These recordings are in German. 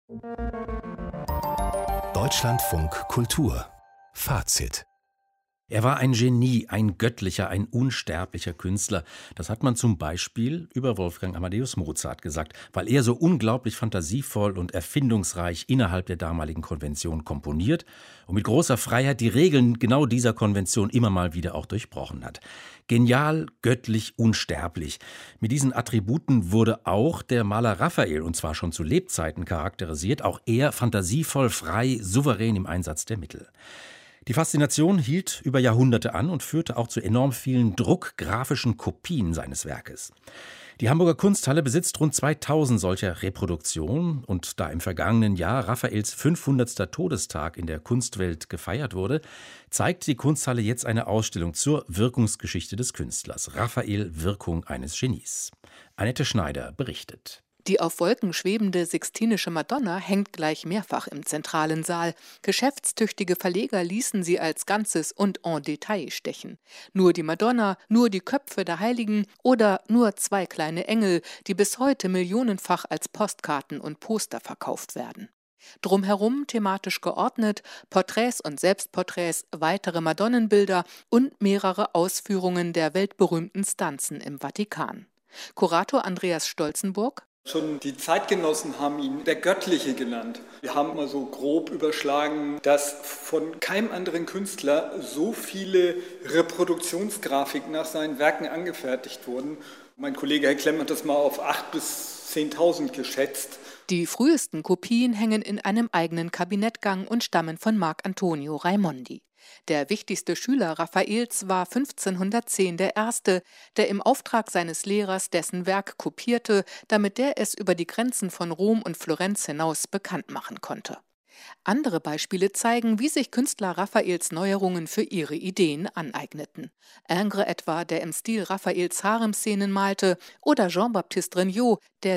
Deutschlandfunk Kultur Fazit. Er war ein Genie, ein göttlicher, ein unsterblicher Künstler. Das hat man zum Beispiel über Wolfgang Amadeus Mozart gesagt, weil er so unglaublich fantasievoll und erfindungsreich innerhalb der damaligen Konvention komponiert und mit großer Freiheit die Regeln genau dieser Konvention immer mal wieder auch durchbrochen hat. Genial, göttlich, unsterblich. Mit diesen Attributen wurde auch der Maler Raphael, und zwar schon zu Lebzeiten, charakterisiert. Auch er fantasievoll, frei, souverän im Einsatz der Mittel. Die Faszination hielt über Jahrhunderte an und führte auch zu enorm vielen druckgrafischen Kopien seines Werkes. Die Hamburger Kunsthalle besitzt rund 2000 solcher Reproduktionen, und da im vergangenen Jahr Raphaels 500. Todestag in der Kunstwelt gefeiert wurde, zeigt die Kunsthalle jetzt eine Ausstellung zur Wirkungsgeschichte des Künstlers. Raphael, Wirkung eines Genies. Annette Schneider berichtet. Die auf Wolken schwebende Sixtinische Madonna hängt gleich mehrfach im zentralen Saal. Geschäftstüchtige Verleger ließen sie als Ganzes und en Detail stechen. Nur die Madonna, nur die Köpfe der Heiligen oder nur 2 kleine Engel, die bis heute millionenfach als Postkarten und Poster verkauft werden. Drumherum thematisch geordnet, Porträts und Selbstporträts, weitere Madonnenbilder und mehrere Ausführungen der weltberühmten Stanzen im Vatikan. Kurator Andreas Stolzenburg: Schon die Zeitgenossen haben ihn der Göttliche genannt. Wir haben mal so grob überschlagen, dass von keinem anderen Künstler so viele Reproduktionsgrafiken nach seinen Werken angefertigt wurden. Mein Kollege Herr Klemm hat das mal auf 8.000 bis 10.000 geschätzt. Die frühesten Kopien hängen in einem eigenen Kabinettgang und stammen von Marc Antonio Raimondi. Der wichtigste Schüler Raphaels war 1510 der Erste, der im Auftrag seines Lehrers dessen Werk kopierte, damit der es über die Grenzen von Rom und Florenz hinaus bekannt machen konnte. Andere Beispiele zeigen, wie sich Künstler Raphaels Neuerungen für ihre Ideen aneigneten. Ingres etwa, der im Stil Raphaels Haremszenen malte, oder Jean-Baptiste Regnault, der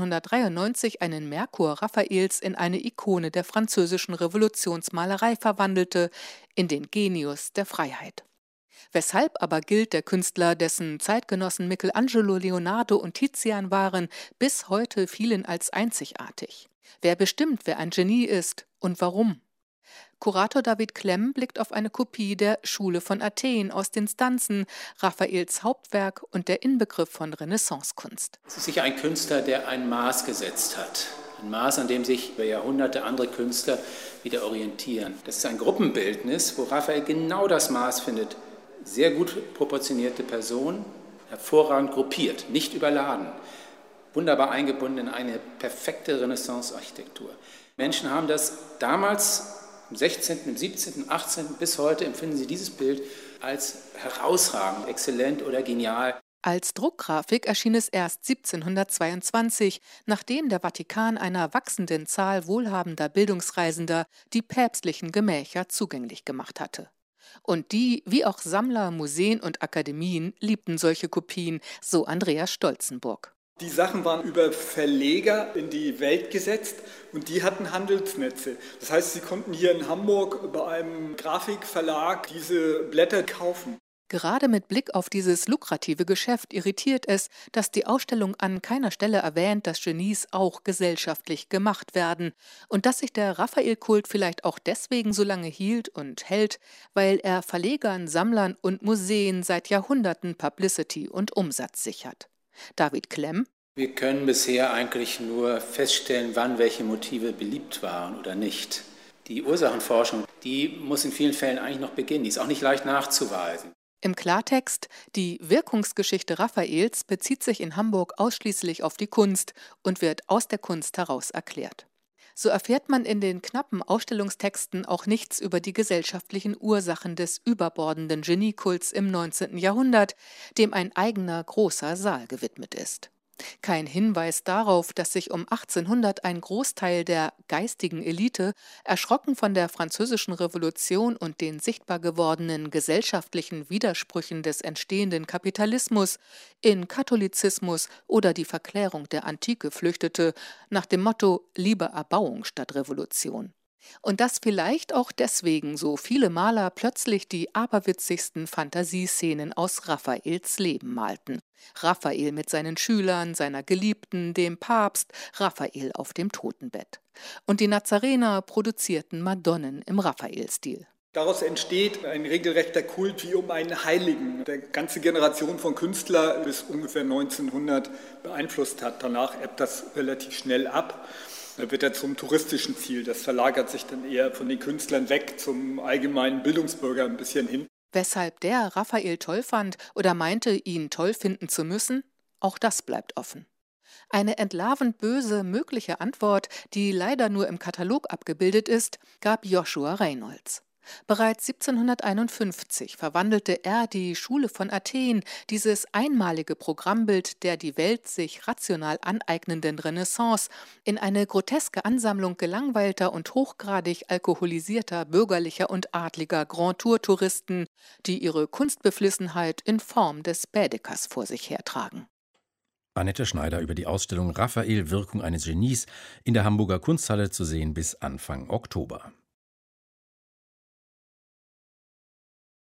1793 einen Merkur Raphaels in eine Ikone der französischen Revolutionsmalerei verwandelte, in den Genius der Freiheit. Weshalb aber gilt der Künstler, dessen Zeitgenossen Michelangelo, Leonardo und Tizian waren, bis heute vielen als einzigartig? Wer bestimmt, wer ein Genie ist und warum? Kurator David Klemm blickt auf eine Kopie der Schule von Athen aus den Stanzen, Raphaels Hauptwerk und der Inbegriff von Renaissancekunst. Es ist sicher ein Künstler, der ein Maß gesetzt hat. Ein Maß, an dem sich über Jahrhunderte andere Künstler wieder orientieren. Das ist ein Gruppenbildnis, wo Raphael genau das Maß findet. Sehr gut proportionierte Person, hervorragend gruppiert, nicht überladen. Wunderbar eingebunden in eine perfekte Renaissance-Architektur. Menschen haben das damals, im 16., im 17., im 18., bis heute empfinden sie dieses Bild als herausragend, exzellent oder genial. Als Druckgrafik erschien es erst 1722, nachdem der Vatikan einer wachsenden Zahl wohlhabender Bildungsreisender die päpstlichen Gemächer zugänglich gemacht hatte. Und die, wie auch Sammler, Museen und Akademien, liebten solche Kopien, so Andreas Stolzenburg. Die Sachen waren über Verleger in die Welt gesetzt und die hatten Handelsnetze. Das heißt, sie konnten hier in Hamburg bei einem Grafikverlag diese Blätter kaufen. Gerade mit Blick auf dieses lukrative Geschäft irritiert es, dass die Ausstellung an keiner Stelle erwähnt, dass Genies auch gesellschaftlich gemacht werden und dass sich der Raphael-Kult vielleicht auch deswegen so lange hielt und hält, weil er Verlegern, Sammlern und Museen seit Jahrhunderten Publicity und Umsatz sichert. David Klemm: Wir können bisher eigentlich nur feststellen, wann welche Motive beliebt waren oder nicht. Die Ursachenforschung, die muss in vielen Fällen eigentlich noch beginnen. Die ist auch nicht leicht nachzuweisen. Im Klartext, die Wirkungsgeschichte Raphaels bezieht sich in Hamburg ausschließlich auf die Kunst und wird aus der Kunst heraus erklärt. So erfährt man in den knappen Ausstellungstexten auch nichts über die gesellschaftlichen Ursachen des überbordenden Geniekults im 19. Jahrhundert, dem ein eigener großer Saal gewidmet ist. Kein Hinweis darauf, dass sich um 1800 ein Großteil der geistigen Elite, erschrocken von der Französischen Revolution und den sichtbar gewordenen gesellschaftlichen Widersprüchen des entstehenden Kapitalismus, in Katholizismus oder die Verklärung der Antike flüchtete, nach dem Motto: lieber Erbauung statt Revolution. Und dass vielleicht auch deswegen so viele Maler plötzlich die aberwitzigsten Fantasieszenen aus Raffaels Leben malten. Raffael mit seinen Schülern, seiner Geliebten, dem Papst, Raffael auf dem Totenbett. Und die Nazarener produzierten Madonnen im Raffael-Stil. Daraus entsteht ein regelrechter Kult wie um einen Heiligen, der ganze Generation von Künstlern bis ungefähr 1900 beeinflusst hat. Danach ebbt das relativ schnell ab. Da wird er zum touristischen Ziel. Das verlagert sich dann eher von den Künstlern weg zum allgemeinen Bildungsbürger ein bisschen hin. Weshalb der Raffael toll fand oder meinte, ihn toll finden zu müssen, auch das bleibt offen. Eine entlarvend böse mögliche Antwort, die leider nur im Katalog abgebildet ist, gab Joshua Reynolds. Bereits 1751 verwandelte er die Schule von Athen, dieses einmalige Programmbild der die Welt sich rational aneignenden Renaissance, in eine groteske Ansammlung gelangweilter und hochgradig alkoholisierter bürgerlicher und adliger Grand-Tour-Touristen, die ihre Kunstbeflissenheit in Form des Baedekers vor sich hertragen. Annette Schneider über die Ausstellung Raffael, Wirkung eines Genies in der Hamburger Kunsthalle zu sehen bis Anfang Oktober.